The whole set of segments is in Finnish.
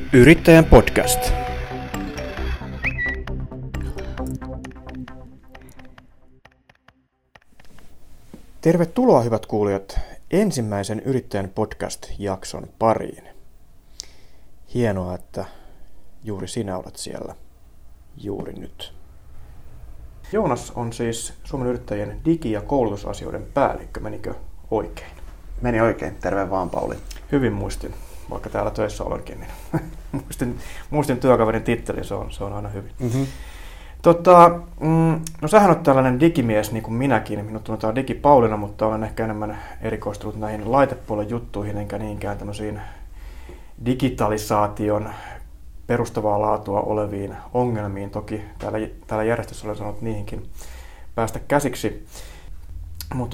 Yrittäjän podcast. Tervetuloa hyvät kuulijat ensimmäisen Yrittäjän podcast-jakson pariin. Hienoa, että juuri sinä olet siellä juuri nyt. Joonas on siis Suomen Yrittäjien digi- ja koulutusasioiden päällikkö. Menikö oikein? Meni oikein. Terve vaan, Pauli. Hyvin muistin, vaikka täällä töissä olenkin, niin muistin työkaverin tittelin, se on aina hyvin. Mm-hmm. No sähän olet tällainen digimies niin kuin minäkin. Minut tunnetaan Digi-Paulina, mutta olen ehkä enemmän erikoistunut näihin laitepuolen juttuihin, enkä niinkään tämmöisiin digitalisaation perustavaa laatua oleviin ongelmiin. Toki täällä järjestössä olen sanonut niihinkin päästä käsiksi. Mutta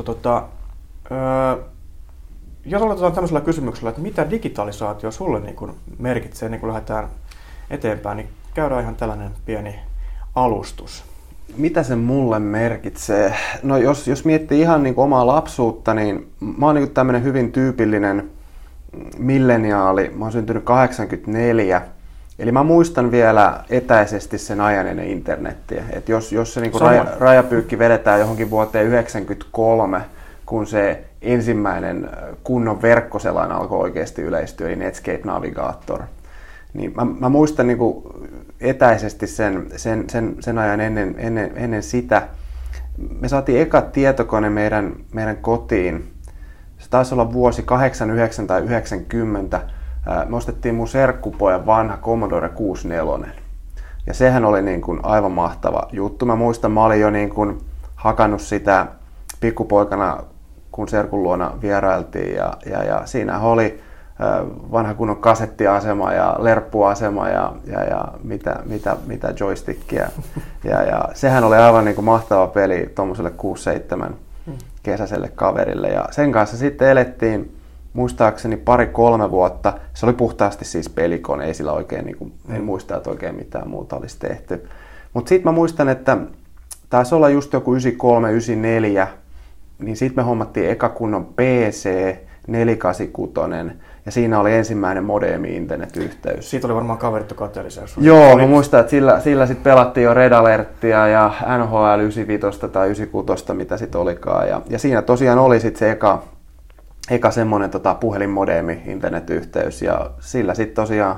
jos aloitetaan tämmöisellä kysymyksellä, että mitä digitalisaatio sulle niin kuin merkitsee, niin kun lähdetään eteenpäin, niin käydään ihan tällainen pieni alustus. Mitä se mulle merkitsee? No jos miettii ihan niin kuin omaa lapsuutta, niin mä oon niin kuin tämmöinen hyvin tyypillinen milleniaali. Mä oon syntynyt 84. Eli mä muistan vielä etäisesti sen ajan ennen internettiä. Et jos se niin kuin rajapyykki vedetään johonkin vuoteen 1993, kun se ensimmäinen kunnon verkkoselain alkoi oikeasti yleistyä, eli Netscape Navigator. Niin mä muistan niin kuin etäisesti sen ajan ennen sitä. Me saatiin eka tietokone meidän kotiin. Se taisi olla vuosi 89 tai 90. Me ostettiin mun serkkupojan vanha Commodore 64. Ja sehän oli niin kuin aivan mahtava juttu. Mä muistan, mä olin jo niin kuin hakannut sitä pikkupoikana, kun serkun luona vierailtiin. Ja siinä oli vanha kunnon kasettiasema ja lerppuasema ja mitä joystickia. Ja sehän oli aivan niin kuin mahtava peli tuommoiselle 6-7 kesäiselle kaverille. Ja sen kanssa sitten elettiin muistaakseni 2-3 vuotta. Se oli puhtaasti siis pelikone, ei sillä oikein, niin kuin, en muista, että oikein mitään muuta olisi tehty. Mutta sitten mä muistan, että taisi olla just joku 93-94, niin sitten me hommattiin eka kunnon PC 486, ja siinä oli ensimmäinen modeemi-internetyhteys. Siitä oli varmaan kaverittu kateellisia. Joo, mä muistan, että sillä sitten pelattiin jo Red Alertia ja NHL 95 tai 96, mitä sitten olikaan. Ja siinä tosiaan oli sitten se eka semmoinen puhelinmodeemi internetyhteys, ja sillä sitten tosiaan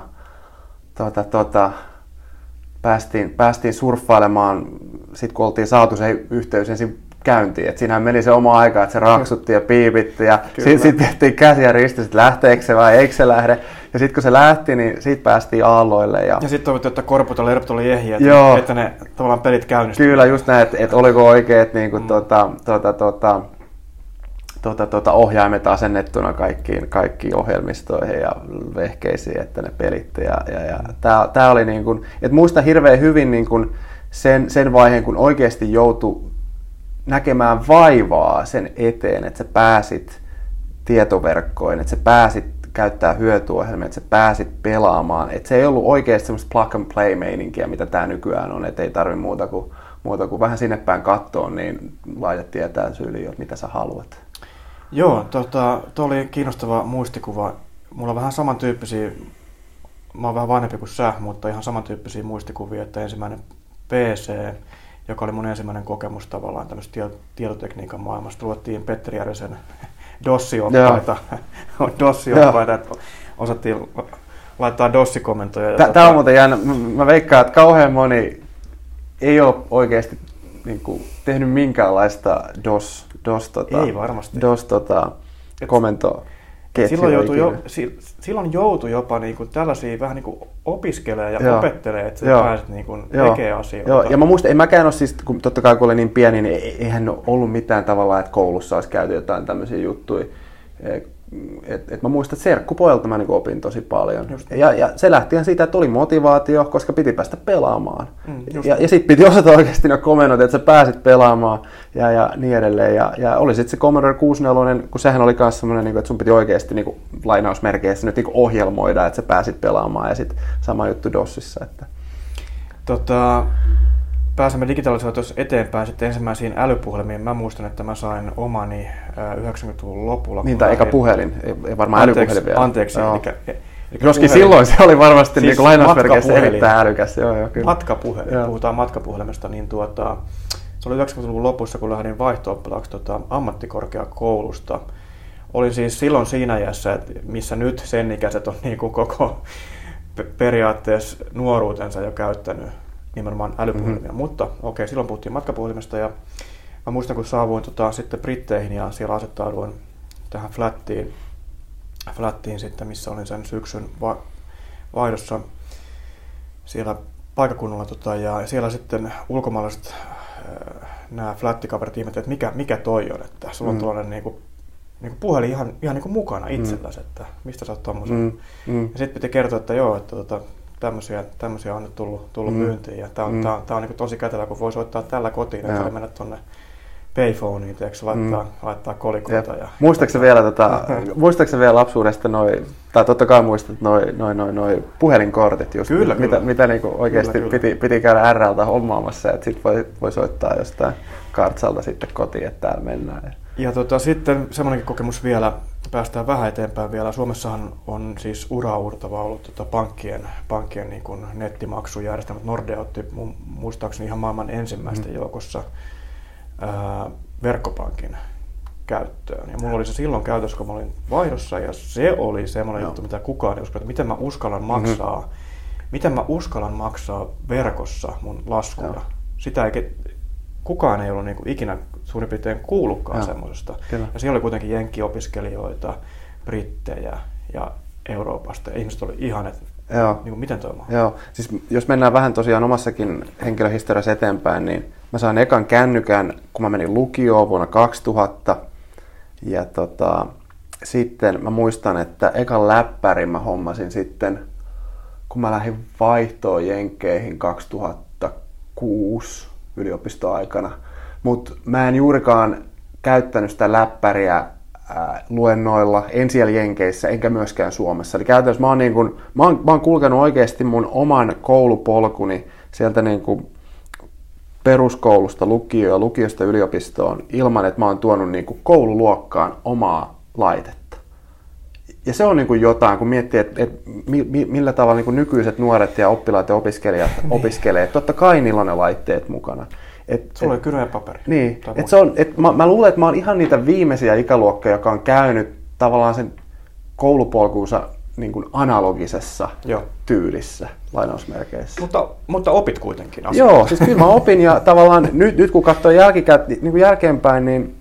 päästiin surffailemaan, sitten kun oltiin saatu se yhteys ensin käyntiin. Et siinähän meni se oma aika, että se raksutti ja piipitti ja sitten tehtiin käsiä risti, että lähteekö se vai eikö se lähde. Ja sitten kun se lähti, niin siitä päästiin aalloille. Ja sitten toivottiin, että korput ja lerput oli ehjiä, että ne tavallaan pelit käynnistyivät. Kyllä, just näin, että oliko oikeet niin kuin, ohjaimet asennettuna kaikkiin ohjelmistoihin ja vehkeisiin, että ne pelitti. Ja tää oli niin kuin, että muistan hirveän hyvin niin kuin sen vaiheen, kun oikeasti joutui näkemään vaivaa sen eteen, että sä pääsit tietoverkkoihin, että sä pääsit käyttää hyötyohjelmia, että sä pääsit pelaamaan. Että se ei ollut oikeasti semmoista plug and play meininkiä, mitä tää nykyään on, että ei tarvitse muuta kuin vähän sinne päin kattoon, niin laitettiin etäisyyliin, mitä sä haluat. Joo, tuo oli kiinnostava muistikuva. Mulla on vähän samantyyppisiä, mä oon vähän vanhempi kuin sä, mutta ihan samantyyppisiä muistikuvia, että ensimmäinen PC, joka oli mun ensimmäinen kokemus tavallaan tämmöistä tietotekniikan maailmasta. Luettiin Petteri Järvisen DOS-oppaita, että osattiin laittaa DOS-komentoja. Tämä on muuten jännä. Mä veikkaan, että kauhean moni ei ole oikeasti niin kuin tehnyt minkäänlaista ei varmasti. komentoa. Silloin joutui jopa niin kuin tällaisia vähän niin kuin opiskelemaan ja opettelee, että sä pääset niin kuin tekemään asioita. Joo. Ja mä muistan, en mäkään ole siis, kun totta kai kun olin niin pieni, niin eihän ole ollut mitään tavalla, että koulussa olisi käyty jotain tämmöisiä juttuja. Mä muistan, että serkkupojalta mä niin kuin opin tosi paljon. Ja se lähti siitä, että oli motivaatio, koska piti päästä pelaamaan. Ja sitten piti osata oikeasti ne komennot, että sä pääsit pelaamaan ja niin edelleen. Ja oli sitten se Commodore 64, kun sehän oli myös semmoinen, että sun piti oikeasti niin kuin, lainausmerkeissä nyt niin kuin ohjelmoida, että sä pääsit pelaamaan. Ja sitten sama juttu DOSissa. Että. Pääsemme digitalisaatiossa eteenpäin sitten ensimmäisiin älypuhelimiin. Mä muistan, että mä sain omani 90-luvun lopulla. Niin, tai eka puhelin, ei varmaan älypuhelin vielä. Anteeksi, Joskin silloin se oli varmasti siis niin lainausmerkeissä erittäin älykäs. Joo, kyllä. Matkapuhelin, puhutaan matkapuhelimesta, niin se oli 90-luvun lopussa, kun lähdin vaihto-oppilaaksi ammattikorkeakoulusta. Olin siis silloin siinä iässä, että missä nyt sen ikäiset on niin kuin koko periaatteessa nuoruutensa jo käyttänyt nimenomaan älypuhelimia. Mutta okei, silloin puhuttiin matkapuhelimesta ja mä muistan, kun saavuin sitten Britteihin ja siellä asettauduin tähän flattiin sitten, missä olin sen syksyn vaihdossa siellä paikakunnalla ja siellä sitten ulkomaalaiset nämä flattikaverit ihmettelivät, että mikä toi on, että sulla on tuollainen niinku puhelin ihan niinku mukana itselläsi, että mistä sä oot tommosen. Ja sitten piti kertoa, että joo, että tämmöisiä on nyt tullut myyntiin ja tää on niinku tosi kätevä, kun voi soittaa tällä kotiin, että voi mennä tonne payphoneen, laittaa kolikoita. Muistatko vielä lapsuudesta tai totta kai muistat noi puhelinkortit just, kyllä. Mitä niinku oikeasti piti käydä RL:ltä hommaamassa, että sit voi soittaa jostain kartsalta sitten kotiin, että täällä mennään. Ja sitten semmoinenkin kokemus vielä, päästään vähän eteenpäin vielä. Suomessahan on siis uraurtava ollut pankkien niin kuin nettimaksujärjestelmät. Nordea otti muistaakseni ihan maailman ensimmäisten joukossa verkkopankin käyttöön. Ja mulla oli se silloin käytössä, kun mä olin vaihdossa, ja se oli semmoinen juttu, mitä kukaan ei usko, että miten mä uskallan maksaa verkossa mun laskuja. Sitä kukaan ei ollut niin kuin ikinä suurin piirtein kuullutkaan semmoisesta. Ja siellä oli kuitenkin jenkkiopiskelijoita, brittejä ja Euroopasta. Ja ihmiset oli ihan, että niin miten toi on? Joo, siis jos mennään vähän tosiaan omassakin henkilöhistoriassa eteenpäin, niin mä sain ekan kännykän, kun mä menin lukioon vuonna 2000. Ja sitten mä muistan, että ekan läppärin mä hommasin sitten, kun mä lähdin vaihtoon Jenkkeihin 2006 yliopistoaikana. Mutta mä en juurikaan käyttänyt sitä läppäriä luennoilla, en siellä Jenkeissä, enkä myöskään Suomessa. Eli käytännössä mä oon kulkenut oikeasti mun oman koulupolkuni sieltä niin kuin peruskoulusta lukioon ja lukiosta yliopistoon ilman, että mä oon tuonut niin kuin koululuokkaan omaa laitetta. Ja se on niin kuin jotain, kun miettii, että millä tavalla niin kuin nykyiset nuoret ja oppilaat ja opiskelijat opiskelee. Totta kai niillä on ne laitteet mukana. Sulla oli kynä ja paperi. Niin, mä luulen, että mä oon ihan niitä viimeisiä ikäluokkia, joka on käynyt tavallaan sen koulupolkuunsa niin kuin analogisessa tyylissä, lainausmerkeissä. Mutta opit kuitenkin asiaa. Joo, siis kyllä mä opin ja tavallaan nyt kun katsoo jälkeenpäin, niin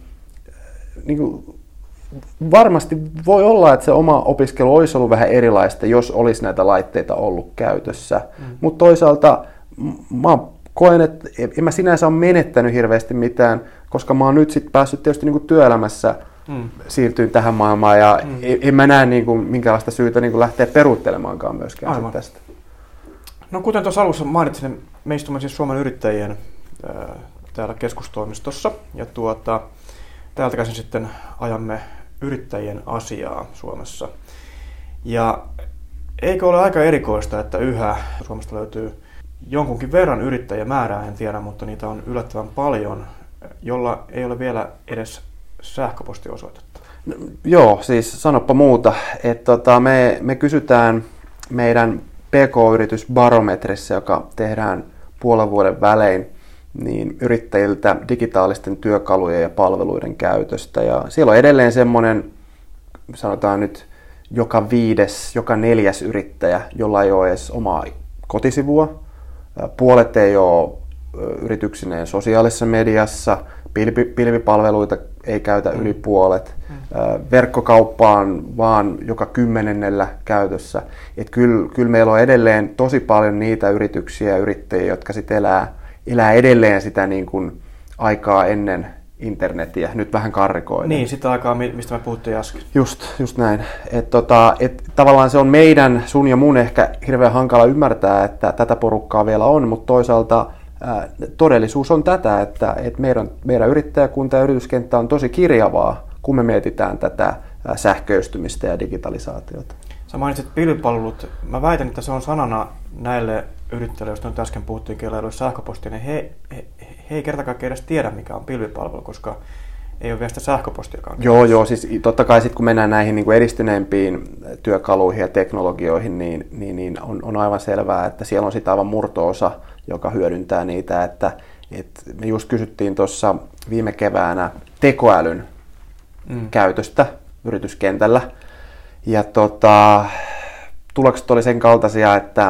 varmasti voi olla, että se oma opiskelu olisi ollut vähän erilaista, jos olisi näitä laitteita ollut käytössä. Mutta toisaalta mä koen, että en mä sinänsä ole menettänyt hirveästi mitään, koska mä oon nyt sitten päässyt tietysti niinku työelämässä siirtyyn tähän maailmaan ja en mä näe niinku minkäänlaista syytä niinku lähteä peruuttelemaankaan myöskään tästä. No kuten tuossa alussa mainitsin, niin me istumme siis Suomen Yrittäjien täällä keskustoimistossa ja täältä käsin sitten ajamme yrittäjien asiaa Suomessa. Ja eikö ole aika erikoista, että yhä Suomesta löytyy jonkunkin verran yrittäjämäärää, en tiedä, mutta niitä on yllättävän paljon, jolla ei ole vielä edes sähköpostiosoitetta. No, joo, siis sanoppa muuta. Me kysytään meidän PK-yritysbarometrissä, joka tehdään puolen vuoden välein, niin yrittäjiltä digitaalisten työkalujen ja palveluiden käytöstä. Ja siellä on edelleen semmoinen, sanotaan nyt, joka 5., joka 4. yrittäjä, jolla ei ole edes omaa kotisivua. Puolet ei ole yrityksineen sosiaalisessa mediassa, pilvipalveluita ei käytä yli puolet, verkkokauppa on vaan joka 10. käytössä. Et kyllä meillä on edelleen tosi paljon niitä yrityksiä ja yrittäjiä, jotka sit elää edelleen sitä niin kuin aikaa ennen internetiä, nyt vähän karrikoiden. Niin, sitä aikaa, mistä me puhuttiin äsken. Just näin. Tavallaan se on sun ja mun ehkä hirveän hankala ymmärtää, että tätä porukkaa vielä on, mutta toisaalta todellisuus on tätä, että meidän yrittäjäkunta ja yrityskenttä on tosi kirjavaa, kun me mietitään tätä sähköistymistä ja digitalisaatiota. Sä mainitsit pilvipalvelut. Mä väitän, että se on sanana näille yrittäjille, joista nyt äsken puhuttiin, keillä ei ole sähköpostia, niin he ei kerta kaikkiaan edes tiedä, mikä on pilvipalvelu, koska ei ole vielä sitä sähköpostiakaan. Joo, siis totta kai sitten kun mennään näihin niin kuin edistyneimpiin työkaluihin ja teknologioihin, niin on aivan selvää, että siellä on sitten aivan murto-osa, joka hyödyntää niitä, että me just kysyttiin tuossa viime keväänä tekoälyn käytöstä yrityskentällä, ja tulokset oli sen kaltaisia, että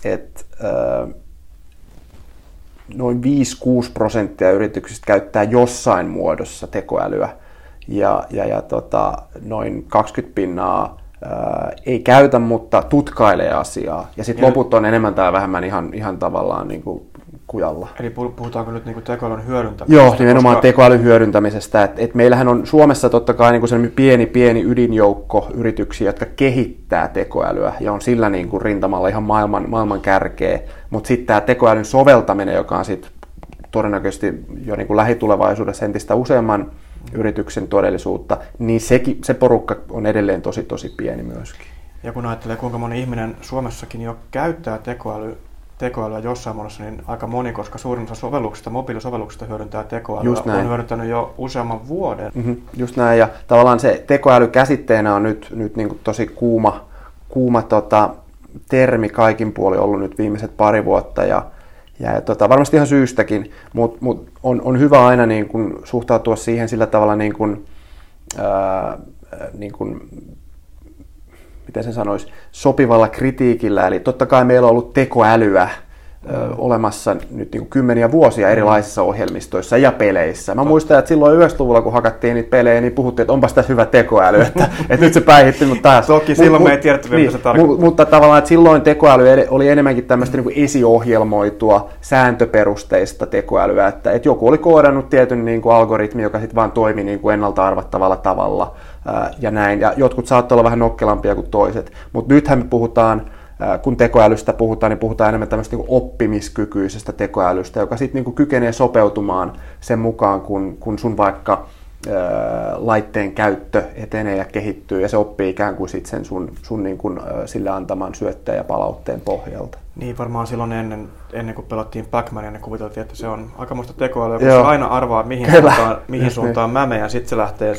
noin 5-6% yrityksistä käyttää jossain muodossa tekoälyä ja noin 20% ei käytä, mutta tutkailee asiaa. Ja sitten loput on enemmän tai vähemmän ihan tavallaan niin kuin kujalla. Eli puhutaanko nyt niin kuin tekoälyn hyödyntämisestä? Joo, nimenomaan tekoälyn hyödyntämisestä. Et meillähän on Suomessa totta kai niin kuin sellainen pieni ydinjoukko yrityksiä, jotka kehittää tekoälyä ja on sillä niin kuin rintamalla ihan maailman kärkeä. Mutta sitten tämä tekoälyn soveltaminen, joka on sit todennäköisesti jo niin kuin lähitulevaisuudessa entistä useamman yrityksen todellisuutta, niin se porukka on edelleen tosi pieni myöskin. Ja kun ajattelee, kuinka moni ihminen Suomessakin jo käyttää tekoälyä jossain muodossa, niin aika moni, koska suurin osa sovelluksista, mobiilisovelluksista hyödyntää tekoälyä, on hyödyntänyt jo useamman vuoden. Just näin, ja tavallaan se tekoäly käsitteenä on nyt niin kuin tosi kuuma termi kaikin puolin ollut nyt viimeiset pari vuotta, ja varmasti ihan syystäkin, mutta on hyvä aina niin kuin suhtautua siihen sillä tavalla niin kuin, miten sen sanoisi, sopivalla kritiikillä. Eli totta kai meillä on ollut tekoälyä olemassa nyt niin kuin kymmeniä vuosia erilaisissa ohjelmistoissa ja peleissä. Mä muistan, että silloin 90-luvulla, kun hakattiin niitä pelejä, niin puhuttiin, että onpas tässä hyvä tekoäly, että nyt se päihitti mut taas. Toki silloin me ei tiedetty, mitä se tarkoittaa. Mutta tavallaan, että silloin tekoäly oli enemmänkin tämmöistä niin kuin esiohjelmoitua, sääntöperusteista tekoälyä, että joku oli koodannut tietyn niin kuin algoritmi, joka sitten vaan toimi niin kuin ennalta arvattavalla tavalla ja näin. Ja jotkut saattaa olla vähän nokkelampia kuin toiset, mutta nythän me puhutaan, kun tekoälystä puhutaan, niin puhutaan enemmän tämmöistä niin kuin oppimiskykyisestä tekoälystä, joka sitten niin kuin kykenee sopeutumaan sen mukaan, kun sun vaikka laitteen käyttö etenee ja kehittyy, ja se oppii ikään kuin sit sen sun niin kuin, sille antaman syötteen ja palautteen pohjalta. Niin, varmaan silloin ennen kuin pelattiin Pac-Mania, niin kuviteltiin, että se on aikamoista tekoälyä, kun se aina arvaa, mihin suuntaan mä menen, ja sitten se lähtee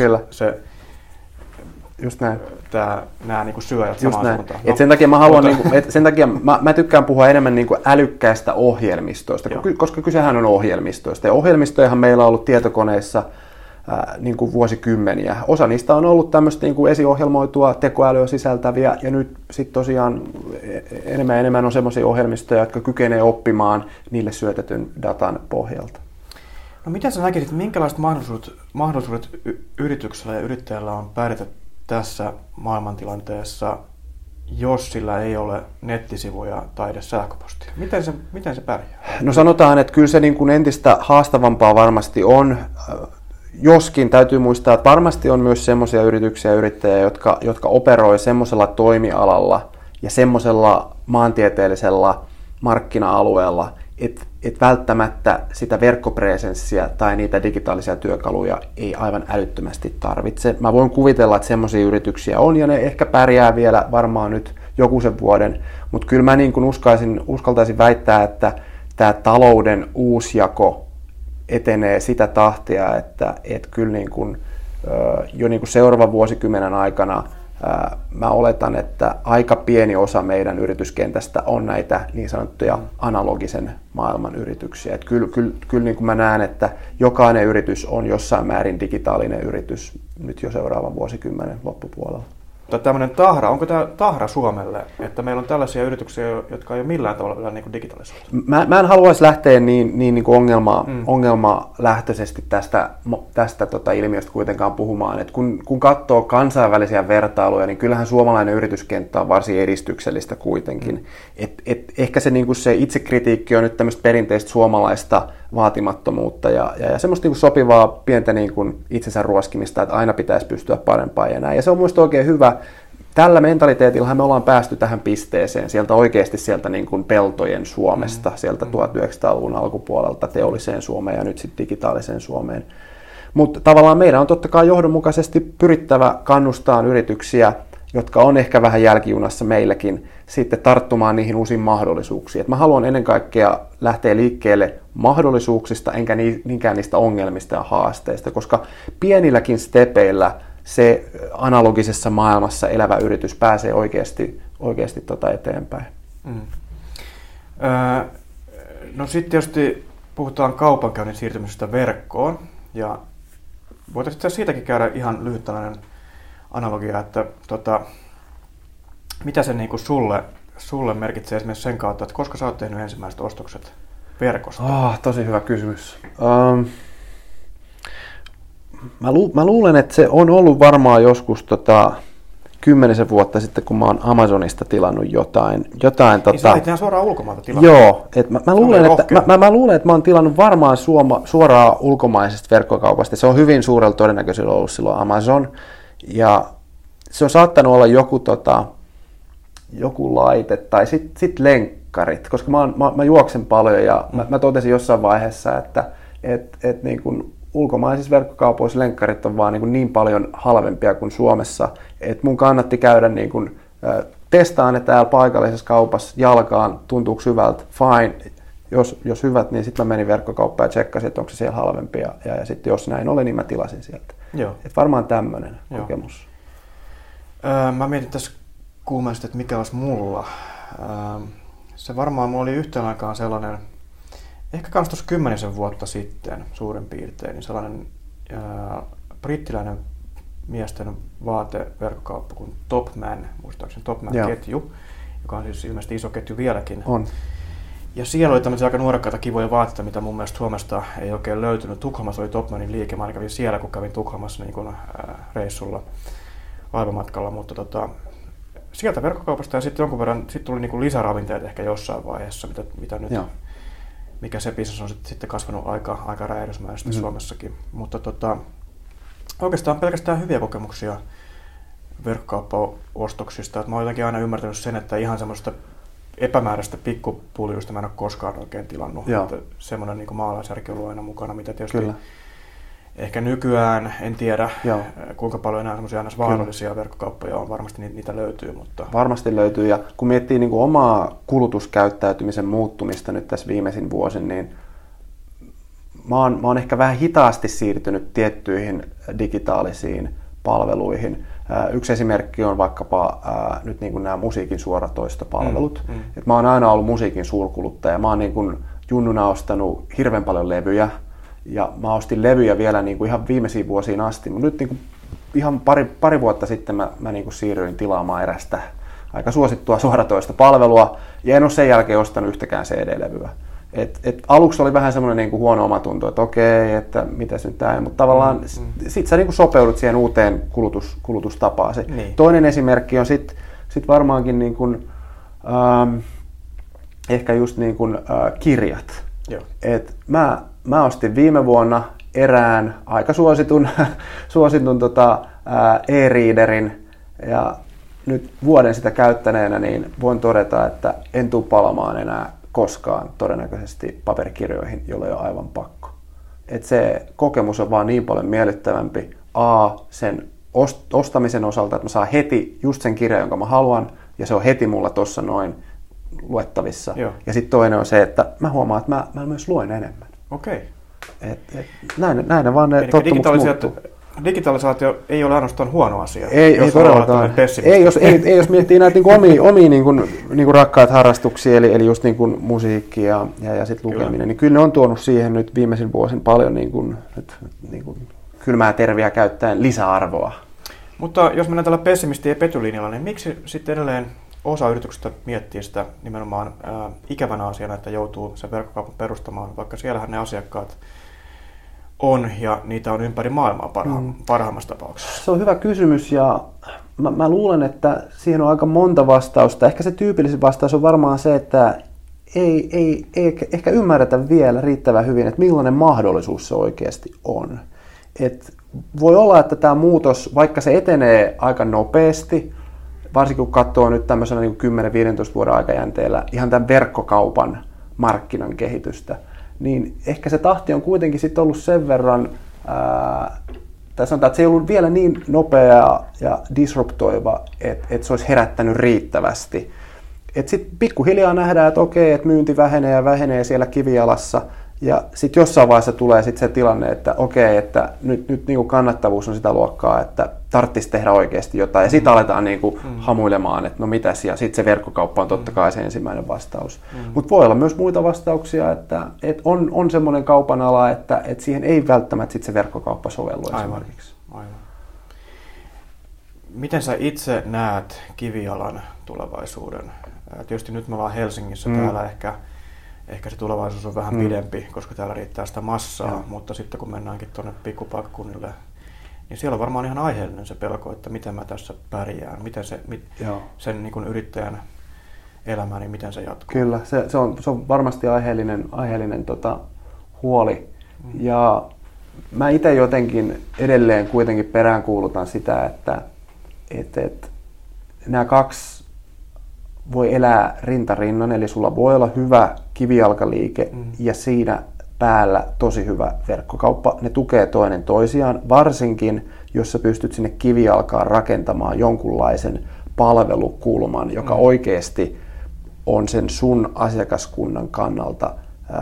just näin. Nämä niin kuin syöjät samaan suuntaan. Et sen takia mä haluan, sen takia mä tykkään puhua enemmän niin kuin älykkäästä ohjelmistoista, koska kysehän on ohjelmistoista. Ja ohjelmistojahan meillä on ollut tietokoneissa niin kuin vuosikymmeniä. Osa niistä on ollut tämmöistä niin kuin esiohjelmoitua tekoälyä sisältäviä, ja nyt sitten tosiaan enemmän on semmoisia ohjelmistoja, jotka kykenee oppimaan niille syötetyn datan pohjalta. No miten sä näkisit, minkälaiset mahdollisuudet yrityksellä ja yrittäjällä on pärjätä tässä maailmantilanteessa, jos sillä ei ole nettisivuja tai edes sähköpostia? Miten se pärjää? No sanotaan, että kyllä se niin kuin entistä haastavampaa varmasti on. Joskin täytyy muistaa, että varmasti on myös semmoisia yrityksiä ja yrittäjiä, jotka operoi semmoisella toimialalla ja semmoisella maantieteellisellä markkina-alueella, että välttämättä sitä verkkopresenssiä tai niitä digitaalisia työkaluja ei aivan älyttömästi tarvitse. Mä voin kuvitella, että semmoisia yrityksiä on, ja ne ehkä pärjää vielä varmaan nyt joku sen vuoden, mutta kyllä mä niin kuin uskaltaisin väittää, että tämä talouden uusjako etenee sitä tahtia, että kyllä niin kuin, jo niin kuin seuraavan vuosikymmenen aikana mä oletan, että aika pieni osa meidän yrityskentästä on näitä niin sanottuja analogisen maailman yrityksiä. Että kyllä niin kuin mä näen, että jokainen yritys on jossain määrin digitaalinen yritys nyt jo seuraavan vuosikymmenen loppupuolella. Tämmöinen tahra, onko tämä tahra Suomelle, että meillä on tällaisia yrityksiä, jotka ei ole millään tavalla vielä niin digitalisoitu? Mä en haluaisi lähteä niin kuin ongelmalähtöisesti tästä ilmiöstä kuitenkaan puhumaan. Et kun katsoo kansainvälisiä vertailuja, niin kyllähän suomalainen yrityskenttä on varsin edistyksellistä kuitenkin. Ehkä se, niin kuin se itsekritiikki on nyt tämmöistä perinteistä suomalaista vaatimattomuutta ja semmoista niin kuin sopivaa pientä niin kuin itsensä ruoskimista, että aina pitäisi pystyä parempaan ja näin. Ja se on minusta oikein hyvä. Tällä mentaliteetillahan me ollaan päästy tähän pisteeseen, sieltä niin kuin peltojen Suomesta, sieltä 1900-luvun alkupuolelta teolliseen Suomeen ja nyt sitten digitaaliseen Suomeen. Mutta tavallaan meidän on totta kai johdonmukaisesti pyrittävä kannustaa yrityksiä jotka on ehkä vähän jälkijunassa meilläkin, sitten tarttumaan niihin uusiin mahdollisuuksiin. Et mä haluan ennen kaikkea lähteä liikkeelle mahdollisuuksista, enkä niinkään niistä ongelmista ja haasteista, koska pienilläkin stepeillä se analogisessa maailmassa elävä yritys pääsee oikeasti eteenpäin. No sitten tietysti puhutaan kaupankäynnin siirtymisestä verkkoon, ja voitaisiin siitäkin käydä ihan lyhyt tällainen analogia, että mitä se niinku sulle merkitsee esimerkiksi sen kautta, että koska sä oot tehnyt ensimmäiset ostokset verkosta? Tosi hyvä kysymys. Mä luulen, että se on ollut varmaan joskus 10 vuotta sitten, kun mä oon Amazonista tilannut jotain. Niin sä olit ihan suoraan ulkomailta tilannut? Joo. Mä luulen, että mä oon tilannut varmaan suoraan ulkomaisesta verkkokaupasta. Se on hyvin suurella todennäköisyydellä ollut silloin Amazon. Ja se on saattanut olla joku laite tai sit lenkkarit, koska mä juoksen paljon ja mä totesin jossain vaiheessa, että niin kuin ulkomaisissa verkkokaupoissa lenkkarit on vaan niin paljon halvempia kuin Suomessa, että mun kannatti käydä niin kuin, testaan ne täällä paikallisessa kaupassa jalkaan, tuntuuko hyvältä, fine, jos hyvät, niin sitten mä menin verkkokauppaan ja tsekkasin, että onko se siellä halvempia, ja sitten jos näin oli, niin mä tilasin sieltä. Et varmaan tämmöinen kokemus. Mä mietin tässä kuumeisesti, että mikä olisi mulla. Se varmaan mulla oli yhteen aikaan sellainen, ehkä kans tuossa 10 vuotta sitten suurin piirtein, niin sellainen brittiläinen miesten vaateverkkokauppa kuin Topman, muistaakseni Topman-ketju, joka on siis ilmeisesti iso ketju vieläkin. On. Ja siellä oli tämmöisiä aika nuorekkaita kivoja vaatteita, mitä mun mielestä Suomesta ei oikein löytynyt. Tukholmassa oli Topmanin liike, mä kävin siellä, kun kävin Tukholmassa niin kuin reissulla laivamatkalla, mutta sieltä verkkokaupasta ja sitten jonkun verran tuli niin kuin lisäravinteet ehkä jossain vaiheessa, mitä nyt, mikä se bisnes on sitten kasvanut aika räjähdysmäisesti Suomessakin. Mutta oikeastaan pelkästään hyviä kokemuksia verkkokauppaostoksista. Mä oon jotenkin aina ymmärtänyt sen, että ihan semmoista epämääräistä pikkupuljuista mä en ole koskaan oikein tilannut. Semmoinen niin kuin maalaisjärki on ollut aina mukana, mitä tietysti ehkä nykyään, en tiedä kuinka paljon enää semmoisia aina vaarallisia verkkokauppoja on, varmasti niitä löytyy. Mutta varmasti löytyy, ja kun miettii niin kuin omaa kulutuskäyttäytymisen muuttumista nyt tässä viimeisin vuosin, niin mä oon ehkä vähän hitaasti siirtynyt tiettyihin digitaalisiin palveluihin. Yksi esimerkki on vaikkapa nyt niin kuin nämä musiikin suoratoistopalvelut. Et mä oon aina ollut musiikin suurkuluttaja. Mä oon niin kuin junnuna ostanut hirveän paljon levyjä. Ja mä ostin levyjä vielä niin kuin ihan viimeisiin vuosiin asti. Mutta nyt niin kuin ihan pari vuotta sitten mä niin kuin siirryin tilaamaan erästä aika suosittua suoratoistopalvelua. Ja en ole sen jälkeen ostanut yhtäkään CD-levyä. Aluksi oli vähän semmoinen niin kuin huono omatunto, että okei, että mitäs nyt tää, mutta tavallaan sit sä niin kuin sopeudut siihen uuteen kulutustapaasi. Niin. Toinen esimerkki on sit varmaankin niin kuin, ehkä just niin kuin, kirjat. Et mä ostin viime vuonna erään aika suositun e-readerin, ja nyt vuoden sitä käyttäneenä niin voin todeta, että en tule palamaan enää koskaan todennäköisesti paperikirjoihin, jolle on aivan pakko. Et se kokemus on vaan niin paljon miellyttävämpi sen ostamisen osalta, että mä saan heti just sen kirjan, jonka mä haluan, ja se on heti mulla tuossa noin luettavissa. Ja sitten toinen on se, että mä huomaan, että mä myös luen enemmän. Okei. Näin vaan ne tottumukset muuttuu. Digitalisaatio ei ole ainoastaan huono asia. Ei todellakaan. Ei, jos miettii näitä omia niinku rakkaita harrastuksia, eli just niinku musiikki ja sit lukeminen, niin kyllä ne on tuonut siihen nyt viimeisin vuosin paljon niinku kylmää terviä käyttäen lisäarvoa. Mutta jos mennään tällä pessimisti- ja petylinjalla, niin miksi sitten edelleen osa yrityksistä miettii sitä nimenomaan ikävänä asiana, että joutuu sen verkkokaupan perustamaan, vaikka siellähän ne asiakkaat on ja niitä on ympäri maailmaa parhaimmassa tapauksessa? Se on hyvä kysymys, ja mä luulen, että siihen on aika monta vastausta. Ehkä se tyypillisin vastaus on varmaan se, että ei ehkä ymmärretä vielä riittävän hyvin, että millainen mahdollisuus se oikeasti on. Et voi olla, että tämä muutos, vaikka se etenee aika nopeasti, varsinkin kun katsoo nyt tämmöisellä niin 10-15 vuoden aikajänteellä ihan tämän verkkokaupan markkinan kehitystä, niin ehkä se tahti on kuitenkin sitten ollut sen verran tai sanotaan, että se ei ollut vielä niin nopea ja disruptoiva, että se olisi herättänyt riittävästi. Sitten pikkuhiljaa nähdään, että okei, että myynti vähenee ja vähenee siellä kivijalassa. Ja sitten jossain vaiheessa tulee sit se tilanne, että okei, että nyt niinku kannattavuus on sitä luokkaa, että tarvitsisi tehdä oikeasti jotain. Ja sitten aletaan niinku hamuilemaan, että no mitäs, ja sitten se verkkokauppa on totta kai se ensimmäinen vastaus. Mutta voi olla myös muita vastauksia, että on semmoinen kaupan ala, että siihen ei välttämättä sit se verkkokauppa sovellu esimerkiksi. Aivan. Miten sä itse näet kivijalan tulevaisuuden? Tietysti nyt me ollaan Helsingissä, täällä ehkä se tulevaisuus on vähän pidempi, koska täällä riittää sitä massaa, mutta sitten kun mennäänkin tuonne pikkupaikkakunnille, niin siellä on varmaan ihan aiheellinen se pelko, että miten mä tässä pärjään, miten sen niin kuin yrittäjän elämä, niin miten se jatkuu. Kyllä, se on varmasti aiheellinen huoli. Ja mä itse jotenkin edelleen kuitenkin peräänkuulutan sitä, että nämä kaksi voi elää rinta rinnan, eli sulla voi olla hyvä kivijalkaliike ja siinä päällä tosi hyvä verkkokauppa. Ne tukee toinen toisiaan, varsinkin jos sä pystyt sinne kivijalkaan rakentamaan jonkunlaisen palvelukulman, joka oikeasti on sen sun asiakaskunnan kannalta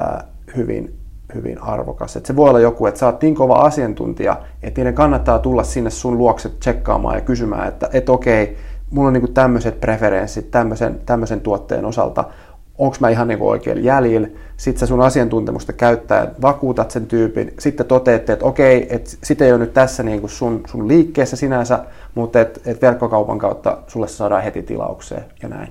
hyvin arvokas. Et se voi olla joku, että sä oot niin kova asiantuntija, että niiden kannattaa tulla sinne sun luokse tsekkaamaan ja kysymään, että okei, mulla on niinku tämmöiset preferenssit tämmöisen tuotteen osalta, onko mä ihan niinku oikein jäljillä, sit sä sun asiantuntemusta käyttää, vakuutat sen tyypin, sitten toteatte, että okei, että sit ei ole nyt tässä niinku sun liikkeessä sinänsä, mutta et verkkokaupan kautta sulle saadaan heti tilaukseen ja näin.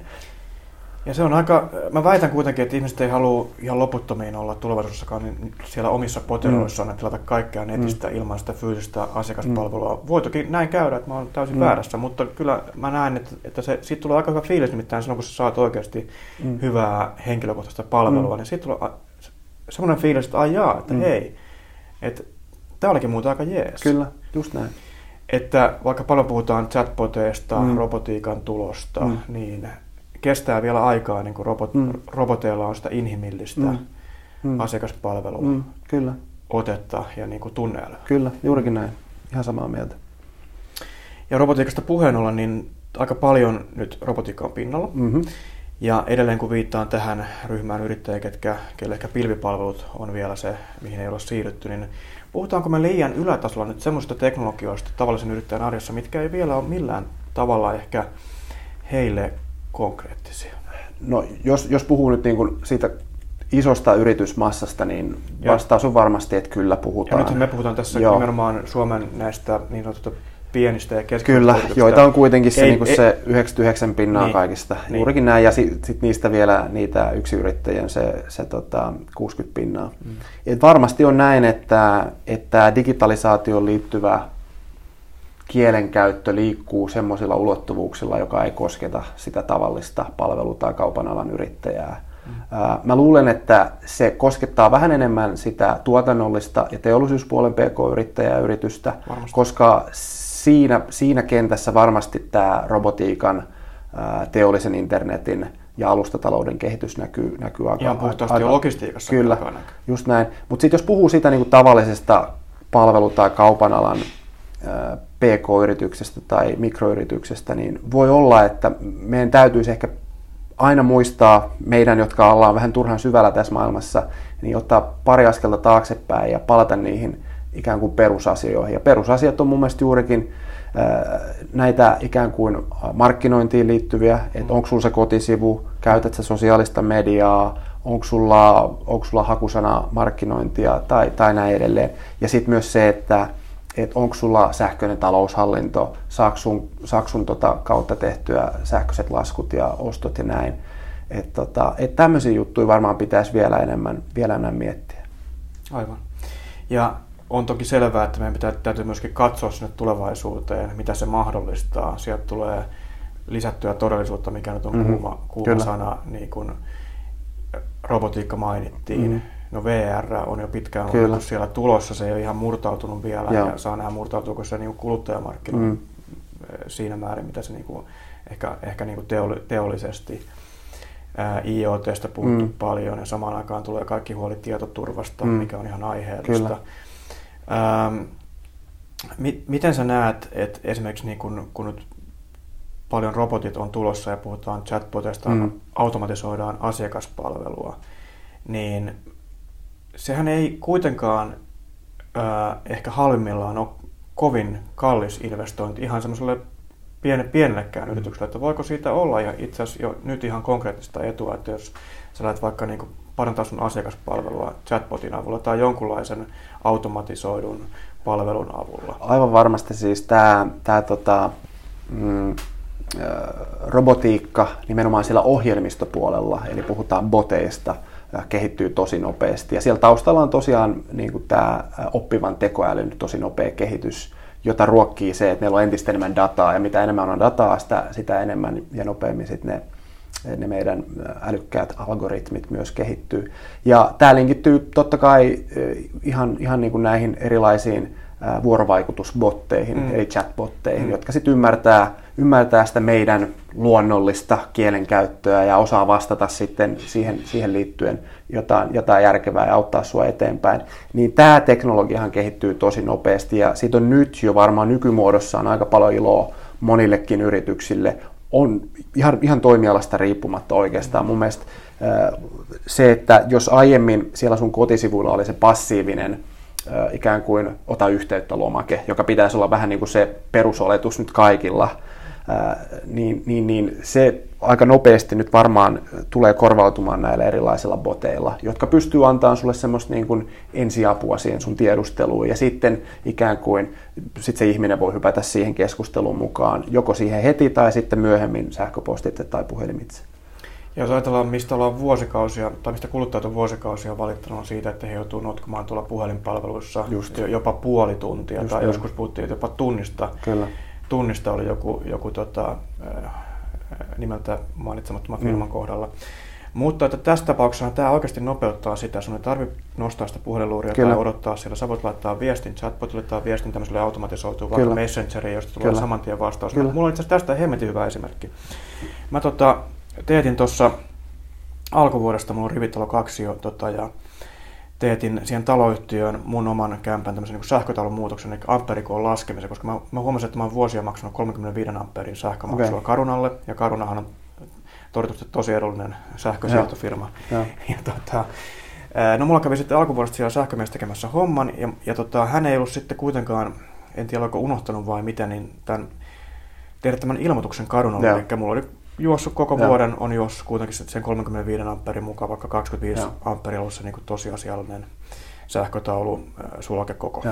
Ja se on mä väitän kuitenkin, että ihmiset ei halua ihan loputtomiin olla tulevaisuudessakaan niin siellä omissa poteroissaan, että tilata kaikkea netistä ilman sitä fyysistä asiakaspalvelua. Voi toki näin käydä, että mä oon täysin väärässä, mutta kyllä mä näen, että siitä tulee aika hyvä fiilis, nimittäin silloin kun sä saat oikeasti hyvää henkilökohtaista palvelua, niin siitä tulee semmoinen fiilis, että hei, että tää olikin muuta aika jees. Kyllä, just näin. Että vaikka paljon puhutaan chatboteista, robotiikan tulosta, niin kestää vielä aikaa, niin kuin roboteilla on sitä inhimillistä asiakaspalvelua, kyllä. otetta ja niin kuin tunneälyä. Kyllä, juurikin näin. Ihan samaa mieltä. Ja robotiikasta puheen ollen, niin aika paljon nyt robotiikka on pinnalla. Ja edelleen kun viittaan tähän ryhmään yrittäjiä, kelle ehkä pilvipalvelut on vielä se, mihin ei ole siirrytty, niin puhutaanko me liian ylätasolla nyt semmoisista teknologioista tavallisen yrittäjän arjessa, mitkä ei vielä ole millään tavalla ehkä heille konkreettisia? No, jos puhuu nyt niin kuin siitä isosta yritysmassasta, niin vastaus on varmasti, että kyllä puhutaan. Ja nyt me puhutaan tässä nimenomaan Suomen näistä niin sanotusta pienistä ja keskisuurista kyllä, yrityksistä. joita on kuitenkin se 99% kaikista. Juurikin näin, ja sit niistä vielä niitä yksiyrittäjien se 60%. Et varmasti on näin, että digitalisaatioon liittyvä kielenkäyttö liikkuu semmoisilla ulottuvuuksilla, joka ei kosketa sitä tavallista palvelu- tai kaupan alan yrittäjää. Mä luulen, että se koskettaa vähän enemmän sitä tuotannollista ja teollisuuspuolen pk-yrittäjäyritystä, koska siinä kentässä varmasti tämä robotiikan, teollisen internetin ja alustatalouden kehitys näkyy aika... Ihan puhtaasti logistiikassa. Kyllä, just näin. Mutta sitten jos puhuu siitä niin kuin tavallisesta palvelu- tai kaupan alan PK-yrityksestä tai mikroyrityksestä, niin voi olla, että meidän täytyisi ehkä aina muistaa, meidän, jotka ollaan vähän turhan syvällä tässä maailmassa, niin ottaa pari askelta taaksepäin ja palata niihin ikään kuin perusasioihin. Ja perusasiat on mun mielestä juurikin näitä ikään kuin markkinointiin liittyviä, että onko sulla se kotisivu, käytät sä sosiaalista mediaa, onko sulla hakusana markkinointia tai näin edelleen. Ja sitten myös se, että onko sulla sähköinen taloushallinto, saako sun kautta tehtyä sähköiset laskut ja ostot ja näin. Että tämmöisiä juttuja varmaan pitäisi vielä enemmän miettiä. Aivan. Ja on toki selvää, että meidän täytyy myöskin katsoa sinne tulevaisuuteen, mitä se mahdollistaa. Sieltä tulee lisättyä todellisuutta, mikä nyt on kuuma sana, niin kuin robotiikka mainittiin. No VR on jo pitkään ollut siellä tulossa, se ei ole ihan murtautunut vielä ja saa nähdä murtautuuko se niin kuluttajamarkkinoilla siinä määrin, mitä se niin kuin, ehkä niin kuin teollisesti. IoT:stä puhuttu paljon ja samaan aikaan tulee kaikki huoli tietoturvasta, mikä on ihan aiheellista. Miten sä näet, että esimerkiksi niin kun nyt paljon robotit on tulossa ja puhutaan chatboteista, automatisoidaan asiakaspalvelua, niin sehän ei kuitenkaan ehkä halvimmillaan ole kovin kallis investointi ihan semmoiselle pienellekään yritykselle, että voiko siitä olla ja itse asiassa jo nyt ihan konkreettista etua, että jos sä lähdet vaikka niin kuin parantaa sun asiakaspalvelua chatbotin avulla tai jonkunlaisen automatisoidun palvelun avulla. Aivan varmasti siis tämä robotiikka nimenomaan siellä ohjelmistopuolella, eli puhutaan boteista, kehittyy tosi nopeasti. Ja siellä taustalla on tosiaan niin kuin tämä oppivan tekoälyn tosi nopea kehitys, jota ruokkii se, että meillä on entistä enemmän dataa, ja mitä enemmän on dataa, sitä enemmän ja nopeammin sitten ne meidän älykkäät algoritmit myös kehittyy. Ja tämä linkittyy totta kai ihan niin kuin näihin erilaisiin vuorovaikutusbotteihin, eli chatbotteihin, jotka sitten ymmärtää sitä meidän luonnollista kielenkäyttöä ja osaa vastata sitten siihen liittyen jotain järkevää ja auttaa sua eteenpäin. Niin tämä teknologiahan kehittyy tosi nopeasti ja siitä on nyt jo varmaan nykymuodossaan aika paljon iloa monillekin yrityksille. On ihan toimialasta riippumatta oikeastaan. Mun mielestä se, että jos aiemmin siellä sun kotisivuilla oli se passiivinen ikään kuin ota yhteyttä -lomake, joka pitäisi olla vähän niin kuin se perusoletus nyt kaikilla, niin se aika nopeasti nyt varmaan tulee korvautumaan näillä erilaisilla boteilla, jotka pystyy antamaan sulle semmoista niin kuin ensiapua siihen sun tiedusteluun ja sitten ikään kuin sit se ihminen voi hypätä siihen keskusteluun mukaan, joko siihen heti tai sitten myöhemmin sähköpostitse tai puhelimitse. Ja jos ajatellaan, mistä ollaan vuosikausia, tai mistä kuluttajat on vuosikausia valittanut siitä, että he joutuu notkumaan tuolla puhelinpalveluissa jopa puoli tuntia, tai joskus puhuttiin jopa tunnista. Kyllä. Tunnista oli joku nimeltä mainitsemattoman firman kohdalla. Mutta että tässä tapauksessa tämä oikeasti nopeuttaa sitä. Sun ei tarvitse nostaa sitä puhelinluuria tai odottaa siellä. Sä voit laittaa viestin chatbotille tai viestin tämmöiselle automatisoituun vaikka Messengeriin, josta tulee saman tien vastaus. Mulla on itse asiassa tästä hemmetin hyvä esimerkki. Mä teetin tuossa alkuvuodesta, mulla on Rivitalo 2 jo, ja teetin siihen taloyhtiöön mun oman kämpän tämmöisen niin sähkötalon muutoksen, eli amperikoon laskemisen, koska mä huomasin, että mä oon vuosia maksanut 35 amperin sähkömaksua Carunalle, ja Carunahan on toditusti tosi edullinen sähkösiirtofirma. No mulla kävi sitten alkuvuodesta siellä sähkömies tekemässä homman, ja hän ei ollut sitten kuitenkaan, en tiedä oliko unohtanut vai mitä, niin tehdä tämän ilmoituksen Carunalle, eli mulla oli juossut koko vuoden, on juossut kuitenkin sen 35 amperin mukaan, vaikka 25 amperia ollut se niin kuin tosiasiallinen sähkötaulu sulkekoko.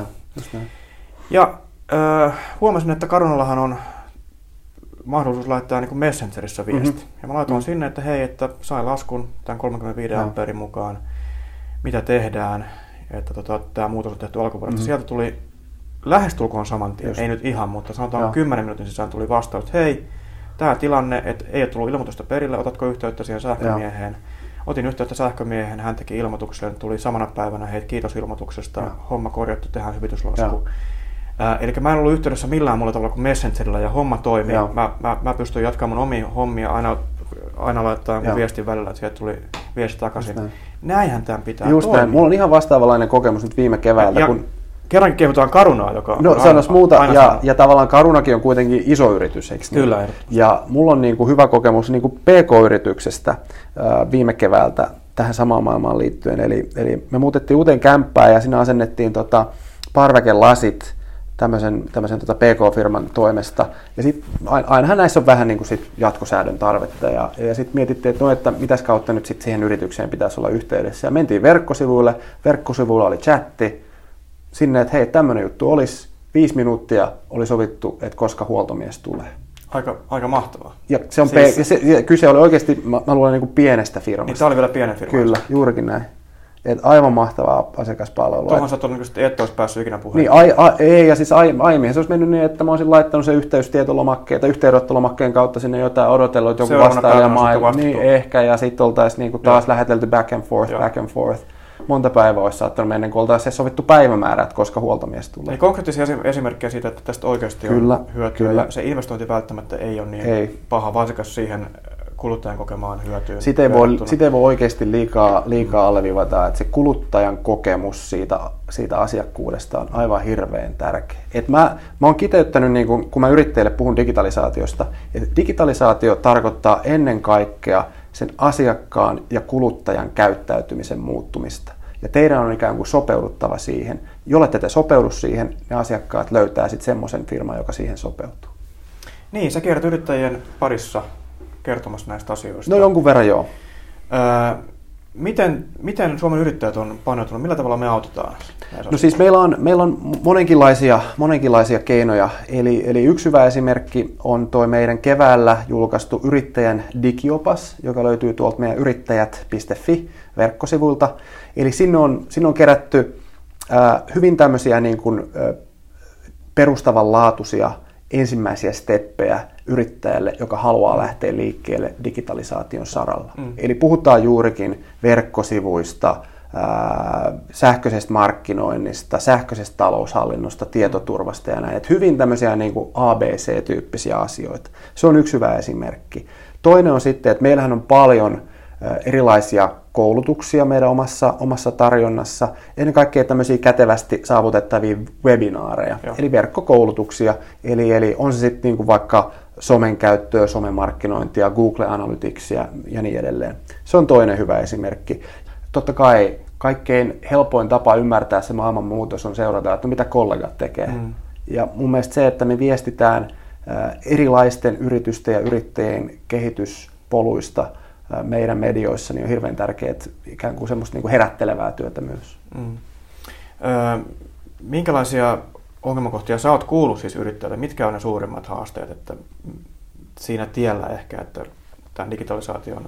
Ja huomasin, että Carunallahan on mahdollisuus laittaa niin kuin Messengerissä viesti. Ja mä laitoin sinne, että hei, että sain laskun tämän 35 amperin mukaan, mitä tehdään, että tämä muutos on tehty alkuvuodesta. Sieltä tuli lähestulkoon saman tien, ei nyt ihan, mutta sanotaan 10 minuutin sisään tuli vastaus, että hei, tämä tilanne, että ei ole tullut ilmoitusta perille, otatko yhteyttä siihen sähkömieheen? Otin yhteyttä sähkömieheen, hän teki ilmoituksen, tuli samana päivänä, hei kiitos ilmoituksesta, homma korjattu, tehdään hyvityslasku. Eli mä en ollut yhteydessä millään muulla tavalla kuin Messengerillä ja homma toimii. Mä pystyn jatkamaan mun omia hommia, aina laittaa mun viestin välillä, että sieltä tuli viesti takaisin. Näinhän tämän pitää toimia. Näin. Mulla on ihan vastaavanlainen kokemus nyt viime keväältä. Kerrankin kehutaan Carunaa, joka on sanois muuta, ja tavallaan Carunakin on kuitenkin iso yritys, eikö niin? Kyllä. Ja mulla on niinku hyvä kokemus niinku PK-yrityksestä viime keväältä tähän samaan maailmaan liittyen. Eli me muutettiin uuteen kämppään ja siinä asennettiin parvekelasit tämmöisen PK-firman toimesta. Ja sitten ainahan näissä on vähän niinku sit jatkosäädön tarvetta. Ja sitten mietittiin, että mitäs kautta nyt sit siihen yritykseen pitäisi olla yhteydessä. Ja mentiin verkkosivuille. Verkkosivuilla oli chatti. Sinne, että hei, tämmöinen juttu olisi, 5 minuuttia oli sovittu, että koska huoltomies tulee. Aika mahtavaa. Ja kyse oli oikeasti, mä luulen, niin kuin pienestä firmasta. Niin, tämä oli vielä pienen firma. Kyllä, juurikin näin. Että aivan mahtavaa asiakaspalvelua. Tuohon sä oot ollut, että et olisi päässyt ikinä puheen. Niin, ei, ja siis aiemmin se olisi mennyt niin, että mä olisin laittanut sen yhteystietolomakkeen tai yhteydenottolomakkeen kautta sinne jotain odotellut, että joku vastaaja niin ehkä, ja sitten oltaisiin niin taas lähetelty back and forth. Monta päivää olisi saattanut mennä, kun oltaisiin sovittu päivämäärä, että koska huoltomies tulee. Eli konkreettisia esimerkkejä siitä, että tästä oikeasti on hyötyä. Se investointi välttämättä ei ole niin paha, varsinkaan siihen kuluttajan kokemaan hyötyyn. Sitä ei voi oikeasti liikaa alleviivata, että se kuluttajan kokemus siitä asiakkuudesta on aivan hirveän tärkeä. Mä oon kiteyttänyt, niin kun mä yrittäjille puhun digitalisaatiosta, että digitalisaatio tarkoittaa ennen kaikkea sen asiakkaan ja kuluttajan käyttäytymisen muuttumista. Ja teidän on ikään kuin sopeuduttava siihen. Jollette te sopeudu siihen, ne asiakkaat löytää sitten semmoisen firman, joka siihen sopeutuu. Niin, sä kierrät yrittäjien parissa kertomassa näistä asioista. No jonkun verran joo. Miten Suomen yrittäjät on paneutunut? Millä tavalla me autetaan? No siis meillä on monenkinlaisia keinoja. Eli yksi hyvä esimerkki on tuo meidän keväällä julkaistu yrittäjän digiopas, joka löytyy tuolta meidän yrittäjät.fi verkkosivuilta. Eli sinne on kerätty hyvin tämmöisiä niin kuin, perustavanlaatuisia ensimmäisiä steppejä yrittäjälle, joka haluaa lähteä liikkeelle digitalisaation saralla. Eli puhutaan juurikin verkkosivuista, sähköisestä markkinoinnista, sähköisestä taloushallinnosta, tietoturvasta ja näin. Et hyvin tämmöisiä niin kuin ABC-tyyppisiä asioita. Se on yksi hyvä esimerkki. Toinen on sitten, että meillähän on paljon erilaisia koulutuksia meidän omassa tarjonnassa, ennen kaikkea tämmöisiä kätevästi saavutettavia webinaareja, eli verkkokoulutuksia, eli on se sitten niinku vaikka somen käyttöä, somemarkkinointia, Google Analyticsia ja niin edelleen. Se on toinen hyvä esimerkki. Totta kai kaikkein helpoin tapa ymmärtää se maailman muutos on seurata, että mitä kollegat tekee. Ja mun mielestä se, että me viestitään erilaisten yritysten ja yrittäjien kehityspoluista meidän medioissa, niin on hirveän tärkeää ikään kuin semmoista niin kuin herättelevää työtä myös. Minkälaisia ongelmakohtia sä oot kuullut siis yrittäjältä? Mitkä on ne suurimmat haasteet että siinä tiellä ehkä, että tämän digitalisaation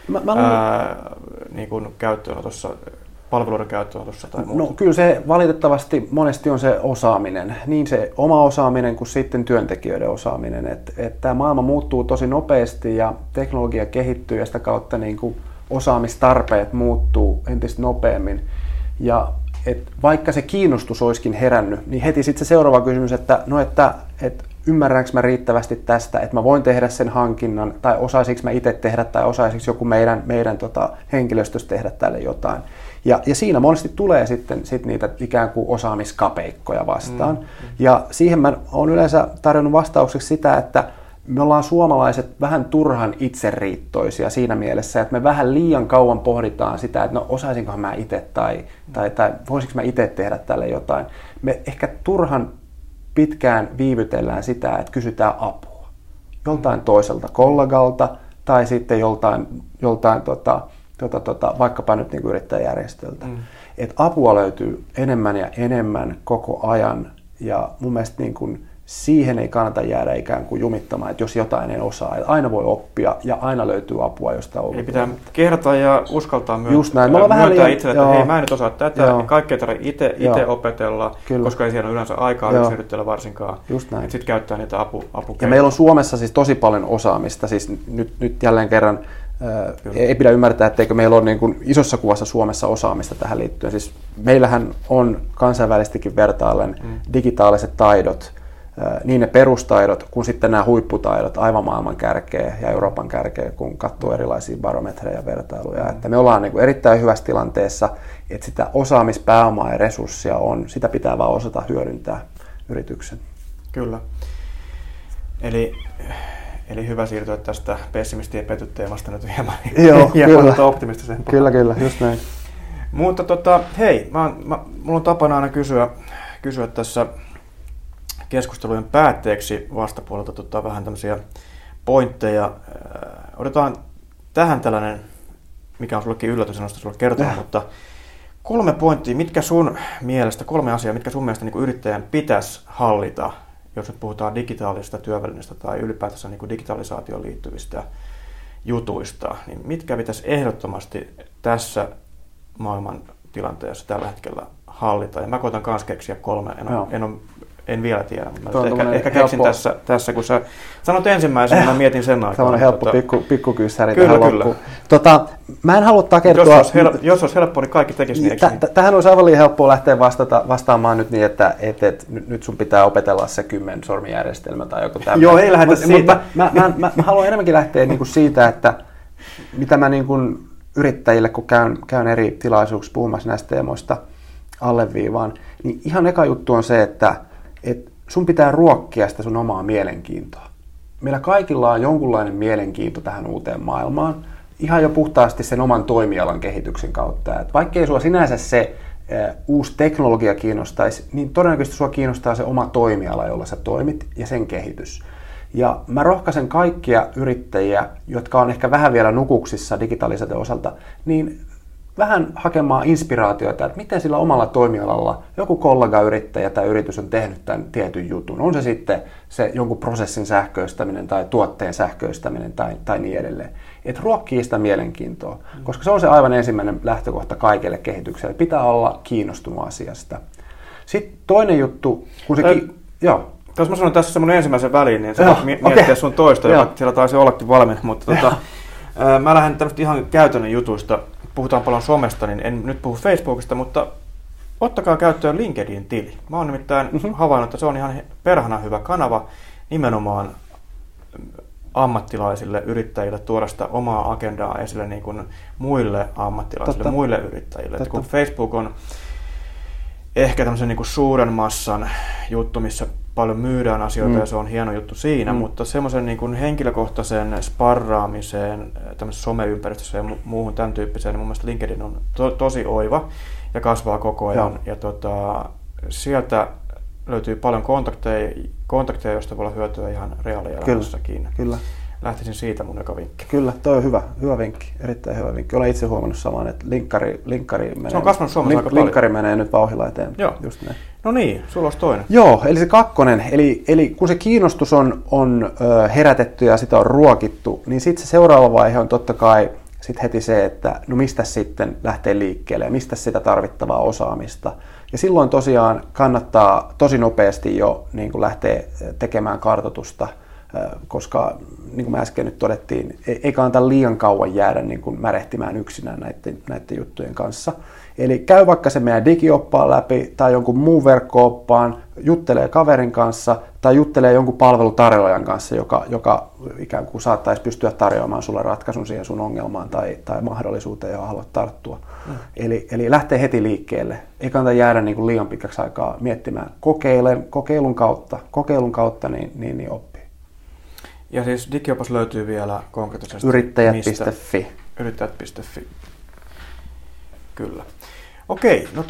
niin kuin käyttöönotossa, palveluiden käyttöönotossa tai muuta? No kyllä se valitettavasti monesti on se osaaminen, niin se oma osaaminen kuin sitten työntekijöiden osaaminen. Että tämä maailma muuttuu tosi nopeasti ja teknologia kehittyy ja sitä kautta niin kuin osaamistarpeet muuttuu entistä nopeammin. Ja vaikka se kiinnostus olisikin herännyt, niin heti sitten se seuraava kysymys, että ymmärränkö mä riittävästi tästä, että mä voin tehdä sen hankinnan, tai osaisinko mä itse tehdä, tai osaisinko joku meidän henkilöstöstä tehdä tälle jotain. Ja siinä monesti tulee sitten niitä ikään kuin osaamiskapeikkoja vastaan. Ja siihen mä oon yleensä tarjonnut vastaukseksi sitä, että me ollaan suomalaiset vähän turhan itseriittoisia siinä mielessä, että me vähän liian kauan pohditaan sitä, että no osaisinkohan mä itse tai voisinko mä itse tehdä tälle jotain. Me ehkä turhan pitkään viivytellään sitä, että kysytään apua joltain toiselta kollegalta tai sitten joltain vaikkapa nyt niin kuin yrittäjäjärjestöltä. Et apua löytyy enemmän ja enemmän koko ajan ja mun mielestä niin kuin siihen ei kannata jäädä ikään kuin jumittamaan, että jos jotain ei osaa, että aina voi oppia ja aina löytyy apua jostain ollut. Eli pitää kertoa ja uskaltaa myöntää itselle, että hei, mä en nyt osaa tätä, kaikkea tarvitsee itse opetella, koska ei siellä ole yleensä aikaa yksinyrittäjällä varsinkaan. Sitten käyttää niitä apukeinoja. Ja meillä on Suomessa siis tosi paljon osaamista, siis nyt jälleen kerran ei pidä ymmärtää, etteikö meillä ole niin kuin isossa kuvassa Suomessa osaamista tähän liittyen. Siis meillähän on kansainvälisestikin vertaillen digitaaliset taidot, niin ne perustaidot kuin sitten nämä huipputaidot aivan maailman kärkeä ja Euroopan kärkeä, kun katsoo erilaisia barometreja ja vertailuja. Että me ollaan niin kuin erittäin hyvässä tilanteessa, että sitä osaamispääomaa ja resurssia on, sitä pitää vaan osata hyödyntää yrityksen. Kyllä. Eli hyvä siirtyä tästä pessimistien petytteemasta nyt hieman optimistisempaa. Kyllä, just näin. Mutta hei, mulla on tapana aina kysyä tässä keskustelujen päätteeksi vastapuolelta vähän tämmöisiä pointteja. Otetaan tähän tällainen, mikä on sullekin yllätys, en sulle kertoa, mutta 3 pointtia, mitkä sun mielestä, 3 asiaa, mitkä sun mielestä niin kuin yrittäjän pitäisi hallita, jos nyt puhutaan digitaalisesta työvälineestä tai ylipäätänsä niin kuin digitalisaatioon liittyvistä jutuista, niin mitkä pitäisi ehdottomasti tässä maailman tilanteessa tällä hetkellä hallita? Ja mä koitan kanssa keksiä 3, en vielä tiedä, mutta ehkä keksin tässä, kun sä sanot ensimmäisenä, mä mietin sen aikaa. Sellainen helppo pikkukyssäri tähän loppuun. Mä en halua takertua. Jos olisi helppoa, niin kaikki tekisi niin. Tähän olisi aivan liian helppoa lähteä vastaamaan nyt niin, että nyt sun pitää opetella se 10 sormijärjestelmä tai joku tämmöinen. Joo, ei lähdetä siitä. Mä haluan enemmänkin lähteä niinku siitä, että mitä mä niin kuin yrittäjille, kun käyn eri tilaisuuksissa puhumassa näistä teemoista alleviivaan, niin ihan eka juttu on se, että sun pitää ruokkia sitä sun omaa mielenkiintoa. Meillä kaikilla on jonkunlainen mielenkiinto tähän uuteen maailmaan, ihan jo puhtaasti sen oman toimialan kehityksen kautta. Et vaikkei sua sinänsä se uusi teknologia kiinnostaisi, niin todennäköisesti sua kiinnostaa se oma toimiala, jolla sä toimit, ja sen kehitys. Ja mä rohkaisen kaikkia yrittäjiä, jotka on ehkä vähän vielä nukuksissa digitalisaation osalta, niin vähän hakemaan inspiraatioita, että miten sillä omalla toimialalla joku kollega-yrittäjä tai yritys on tehnyt tämän tietyn jutun. On se sitten se jonkun prosessin sähköistäminen tai tuotteen sähköistäminen tai niin edelleen. Että ruokkii sitä mielenkiintoa, koska se on se aivan ensimmäinen lähtökohta kaikelle kehitykselle. Pitää olla kiinnostunut asiasta. Sitten toinen juttu, kun se... Joo. Jos mä sanon tässä semmoinen ensimmäisen väliin, niin sä voit miettiä sun toista, joka siellä taisi ollakin valmiina, mutta mä lähden tämmöistä ihan käytännön jutuista. Puhutaan paljon somesta, niin en nyt puhu Facebookista, mutta ottakaa käyttöön LinkedIn-tili. Mä oon nimittäin havainnut, että se on ihan perhana hyvä kanava nimenomaan ammattilaisille yrittäjille tuoda sitä omaa agendaa esille niin kuin muille ammattilaisille, muille yrittäjille. Että kun Facebook on ehkä tämmöisen niin kuin suuren massan juttu, missä paljon myydään asioita ja se on hieno juttu siinä, mutta semmoisen niin kuin henkilökohtaisen sparraamiseen, tämmöisessä someympäristössä ja muuhun tämän tyyppiseen, niin mun mielestä LinkedIn on tosi oiva ja kasvaa koko ajan. Ja sieltä löytyy paljon kontakteja, joista voi olla hyötyä ihan reaalielämässäkin. Kyllä. Lähtisin siitä mun eka vinkki. Kyllä, toi on hyvä vinkki, erittäin hyvä vinkki. Olen itse huomannut saman, että linkkari menee, se on kasvanut Suomessa aika linkkari menee nyt vauhdilla eteen. Joo. Just näin. No niin, sulla olisi toinen. Joo, eli se kakkonen, eli kun se kiinnostus on herätetty ja sitä on ruokittu, niin sitten se seuraava vaihe on totta kai sit heti se, että no mistä sitten lähtee liikkeelle ja mistä sitä tarvittavaa osaamista. Ja silloin tosiaan kannattaa tosi nopeasti jo niin kuin lähteä tekemään kartoitusta, koska niin kuin me äsken nyt todettiin, ei kannata liian kauan jäädä niin kuin märehtimään yksinään näiden juttujen kanssa. Eli käy vaikka se meidän digioppaan läpi tai jonkun muun verkko-oppaan, juttelee kaverin kanssa tai juttelee jonkun palvelutarjoajan kanssa, joka ikään kuin saattaisi pystyä tarjoamaan sulle ratkaisun siihen sun ongelmaan tai mahdollisuuteen, johon haluat tarttua. Eli lähtee heti liikkeelle. Ei kannata jäädä niin kuin liian pitkäksi aikaa miettimään. Kokeilun kautta niin oppii. Ja siis digiopas löytyy vielä konkreettisesti yrittäjät.fi. Yrittäjät.fi. Kyllä. Okei, no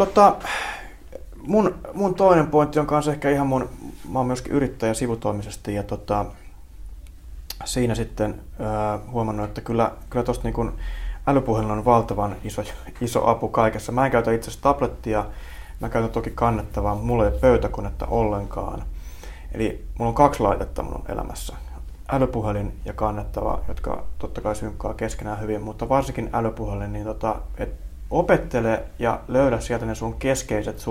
mun toinen pointti on kanssa ehkä ihan mä oon myöskin yrittäjä sivutoimisesti ja siinä sitten huomannut, että kyllä tosta niin kun älypuhelin on valtavan iso apu kaikessa. Mä en käytä itse asiassa tablettia, mä käytän toki kannettavaa, mulla ei ole pöytäkonetta ollenkaan. Eli mulla on 2 laitetta mun elämässä. Älypuhelin ja kannettava, jotka totta kai synkkaa keskenään hyvin, mutta varsinkin älypuhelin, niin opettele ja löydä sieltä ne sun keskeiset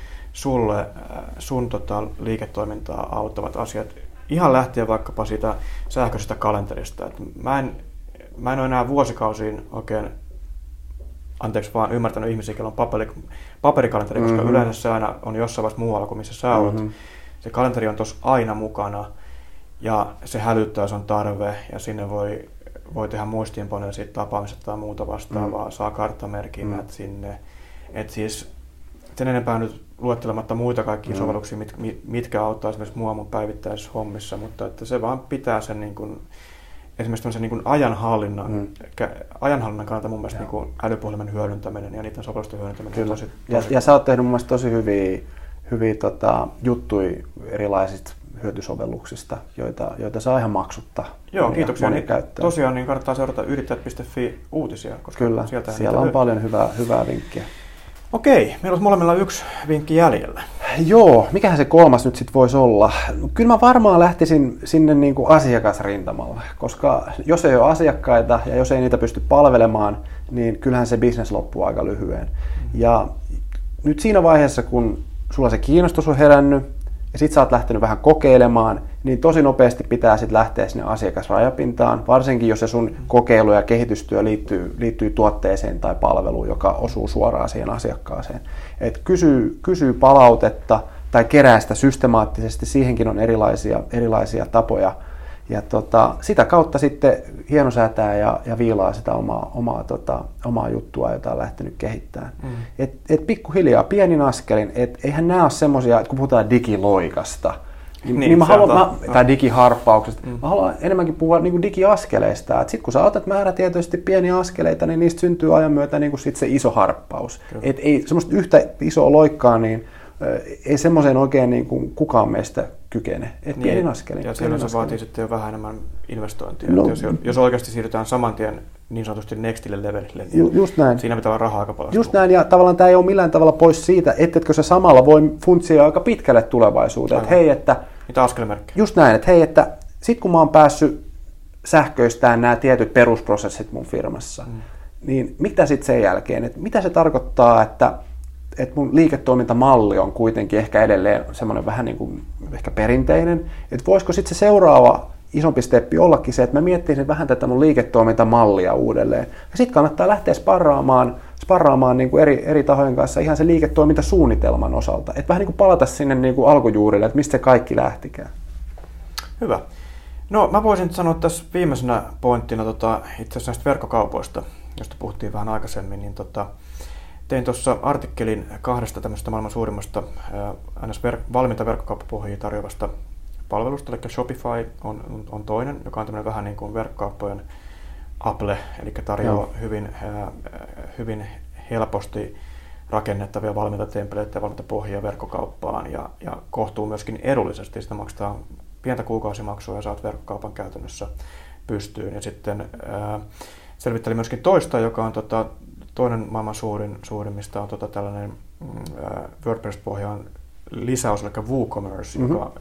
sun liiketoimintaa auttavat asiat. Ihan lähtien vaikkapa siitä sähköisestä kalenterista. Et mä en ole enää vuosikausiin oikein, anteeksi vaan, ymmärtänyt ihmisiä, joilla on paperikalenteri, koska yleensä se aina on jossain vaiheessa muualla kuin missä sä olet. Se kalenteri on tuossa aina mukana ja se hälyttää, jos on tarve ja sinne voi tehdä muistiinpanoja siitä tapaamisesta tai muuta vastaavaa, saa karttamerkinnät sinne. Et siis sen enempää nyt luettelematta muita kaikkia sovelluksia, mitkä auttaa esimerkiksi mua mun päivittäisissä hommissa, mutta että se vaan pitää sen niin kuin, esimerkiksi niin kuin ajanhallinnan kannalta mun mielestä niin kuin älypuhelimen hyödyntäminen ja niiden sovellusten hyödyntäminen. Kyllä. Ja sä oot tehnyt mun mielestä tosi hyviä juttuja erilaisista hyötysovelluksista, joita saa ihan maksutta. Joo, kiitoksia. Niin, tosiaan niin kannattaa seurata yrittäjät.fi uutisia, koska kyllä, siellä on paljon hyvää vinkkiä. Okei, meillä olisi molemmilla 1 vinkki jäljellä. Joo, mikähän se 3. nyt sitten voisi olla? Kyllä mä varmaan lähtisin sinne niin kuin asiakasrintamalle, koska jos ei ole asiakkaita ja jos ei niitä pysty palvelemaan, niin kyllähän se business loppuu aika lyhyen. Ja nyt siinä vaiheessa, kun sulla se kiinnostus on herännyt, ja sit sä oot lähtenyt vähän kokeilemaan, niin tosi nopeasti pitää sit lähteä sinne asiakasrajapintaan, varsinkin jos se sun kokeilu- ja kehitystyö liittyy tuotteeseen tai palveluun, joka osuu suoraan siihen asiakkaaseen. Et kysyy palautetta tai kerää sitä systemaattisesti, siihenkin on erilaisia tapoja. Ja sitä kautta sitten hienosäätää ja viilaa sitä omaa juttua, jota on lähtenyt kehittämään. Et pikkuhiljaa, pienin askelin, eihän nämä ole semmoisia, että kun puhutaan digiloikasta, niin tai digiharppauksesta, mä haluan enemmänkin puhua niin kuin digiaskeleista. Sitten kun sä otat määrätietoisesti pieniä askeleita, niin niistä syntyy ajan myötä niin kuin sit se iso harppaus. Et ei semmoista yhtä isoa loikkaa, niin ei semmoiseen oikein niin kuin kukaan meistä kykene. Pienin askelin. Ja silloin se vaatii sitten jo vähän enemmän investointia. Jos oikeasti siirrytään saman tien niin sanotusti nextille levelille, niin just näin. Siinä pitää olla rahaa aika paljon. Just näin, ja tavallaan tämä ei ole millään tavalla pois siitä, ettetkö se samalla voi funtsia aika pitkälle tulevaisuuteen. Että hei, että mitä askelmerkkejä? Just näin, että hei, että sit kun mä oon päässyt sähköistämään nämä tietyt perusprosessit mun firmassa, niin mitä sitten sen jälkeen? Että mitä se tarkoittaa, että mun liiketoimintamalli on kuitenkin ehkä edelleen semmoinen vähän niin kuin ehkä perinteinen, että voisiko sitten se seuraava isompi steppi ollakin se, että mä miettisin vähän tätä mun liiketoimintamallia uudelleen. Ja sitten kannattaa lähteä sparraamaan niin kuin eri tahojen kanssa ihan se liiketoimintasuunnitelman osalta. Että vähän niin kuin palata sinne niin kuin alkujuurille, että mistä se kaikki lähtikään. Hyvä. No mä voisin sanoa tässä viimeisenä pointtina itse asiassa näistä verkkokaupoista, josta puhuttiin vähän aikaisemmin, niin tein tuossa artikkelin 2 tämmöistä maailman suurimmasta valmiita verkkokauppapohjia tarjoavasta palvelusta, eli Shopify on toinen, joka on tämmöinen vähän niin kuin verkkokauppojen Apple, eli tarjoaa hyvin helposti rakennettavia valmiita templeleitä ja valmiita pohjia verkkokauppaan ja kohtuu myöskin edullisesti. Sitä maksetaan pientä kuukausimaksua ja saat verkkokaupan käytännössä pystyyn. Ja sitten selvittelin myöskin toista, joka on toinen maailman suurimmista on tällainen WordPress-pohjaan lisäys, eli WooCommerce,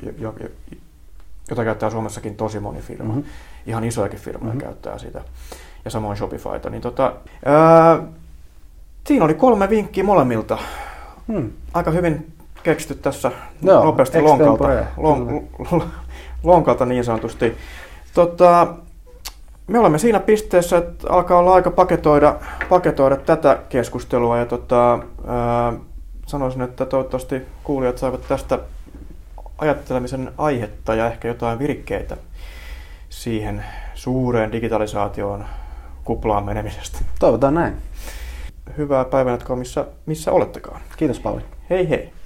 jota käyttää Suomessakin tosi moni firma. Ihan isojakin firmoja käyttää sitä. Ja samoin Shopifyta. Niin siinä oli 3 vinkkiä molemmilta. Aika hyvin keksitty tässä nopeasti lonkalta niin sanotusti. Me olemme siinä pisteessä, että alkaa olla aika paketoida tätä keskustelua ja sanoisin, että toivottavasti kuulijat saivat tästä ajattelemisen aihetta ja ehkä jotain virikkeitä siihen suureen digitalisaatioon kuplaan menemisestä. Toivotaan näin. Hyvää päivänjatkoa missä olettekaan. Kiitos Pauli. Hei hei.